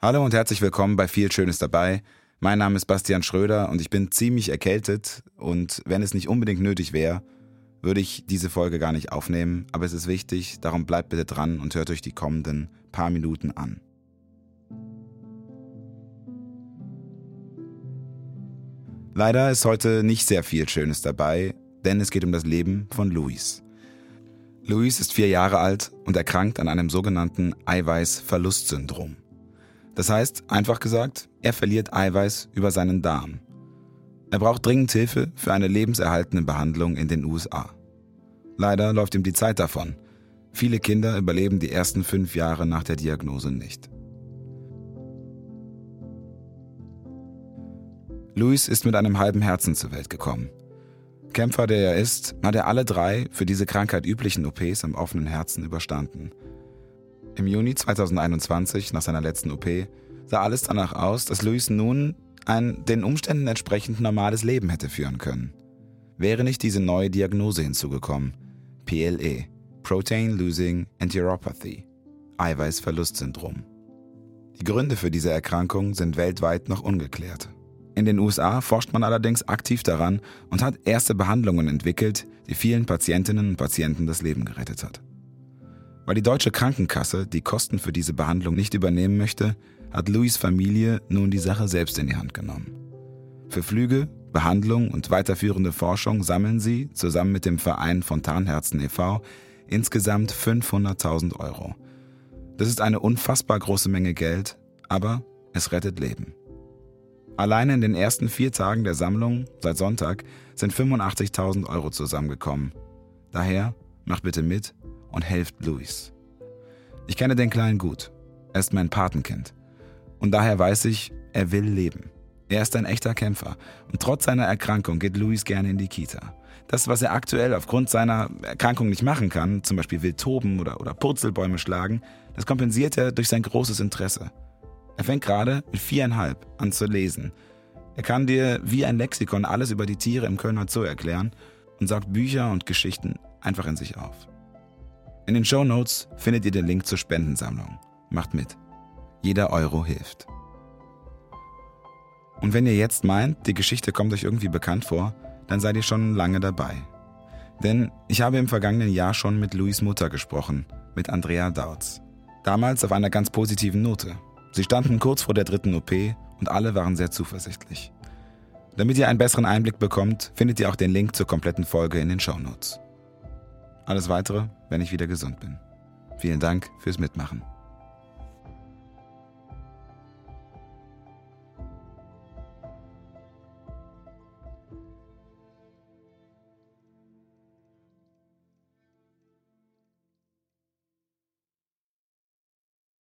Hallo und herzlich willkommen bei Viel Schönes dabei. Mein Name ist Bastian Schröder und ich bin ziemlich erkältet und wenn es nicht unbedingt nötig wäre, würde ich diese Folge gar nicht aufnehmen, aber es ist wichtig, darum bleibt bitte dran und hört euch die kommenden paar Minuten an. Leider ist heute nicht sehr viel Schönes dabei, denn es geht um das Leben von Luis. Luis ist 4 Jahre alt und erkrankt an einem sogenannten Eiweißverlustsyndrom. Das heißt, einfach gesagt, er verliert Eiweiß über seinen Darm. Er braucht dringend Hilfe für eine lebenserhaltende Behandlung in den USA. Leider läuft ihm die Zeit davon. Viele Kinder überleben die ersten 5 Jahre nach der Diagnose nicht. Luis ist mit einem halben Herzen zur Welt gekommen. Kämpfer, der er ist, hat er alle 3 für diese Krankheit üblichen OPs am offenen Herzen überstanden. Im Juni 2021, nach seiner letzten OP, sah alles danach aus, dass Luis nun ein den Umständen entsprechend normales Leben hätte führen können. Wäre nicht diese neue Diagnose hinzugekommen, PLE, Protein Losing Enteropathy, Eiweißverlustsyndrom. Die Gründe für diese Erkrankung sind weltweit noch ungeklärt. In den USA forscht man allerdings aktiv daran und hat erste Behandlungen entwickelt, die vielen Patientinnen und Patienten das Leben gerettet hat. Weil die deutsche Krankenkasse die Kosten für diese Behandlung nicht übernehmen möchte, hat Luis' Familie nun die Sache selbst in die Hand genommen. Für Flüge, Behandlung und weiterführende Forschung sammeln sie, zusammen mit dem Verein Fontanherzen e.V., insgesamt 500.000 €. Das ist eine unfassbar große Menge Geld, aber es rettet Leben. Alleine in den ersten 4 Tagen der Sammlung, seit Sonntag, sind 85.000 € zusammengekommen. Daher macht bitte mit und helft Luis. Ich kenne den Kleinen gut. Er ist mein Patenkind. Und daher weiß ich, er will leben. Er ist ein echter Kämpfer. Und trotz seiner Erkrankung geht Luis gerne in die Kita. Das, was er aktuell aufgrund seiner Erkrankung nicht machen kann, zum Beispiel wild toben oder Purzelbäume schlagen, das kompensiert er durch sein großes Interesse. Er fängt gerade mit 4,5 an zu lesen. Er kann dir wie ein Lexikon alles über die Tiere im Kölner Zoo erklären und saugt Bücher und Geschichten einfach in sich auf. In den Shownotes findet ihr den Link zur Spendensammlung. Macht mit. Jeder Euro hilft. Und wenn ihr jetzt meint, die Geschichte kommt euch irgendwie bekannt vor, dann seid ihr schon lange dabei. Denn ich habe im vergangenen Jahr schon mit Luis' Mutter gesprochen, mit Andrea Dautz. Damals auf einer ganz positiven Note. Sie standen kurz vor der 3. OP und alle waren sehr zuversichtlich. Damit ihr einen besseren Einblick bekommt, findet ihr auch den Link zur kompletten Folge in den Shownotes. Alles Weitere, wenn ich wieder gesund bin. Vielen Dank fürs Mitmachen.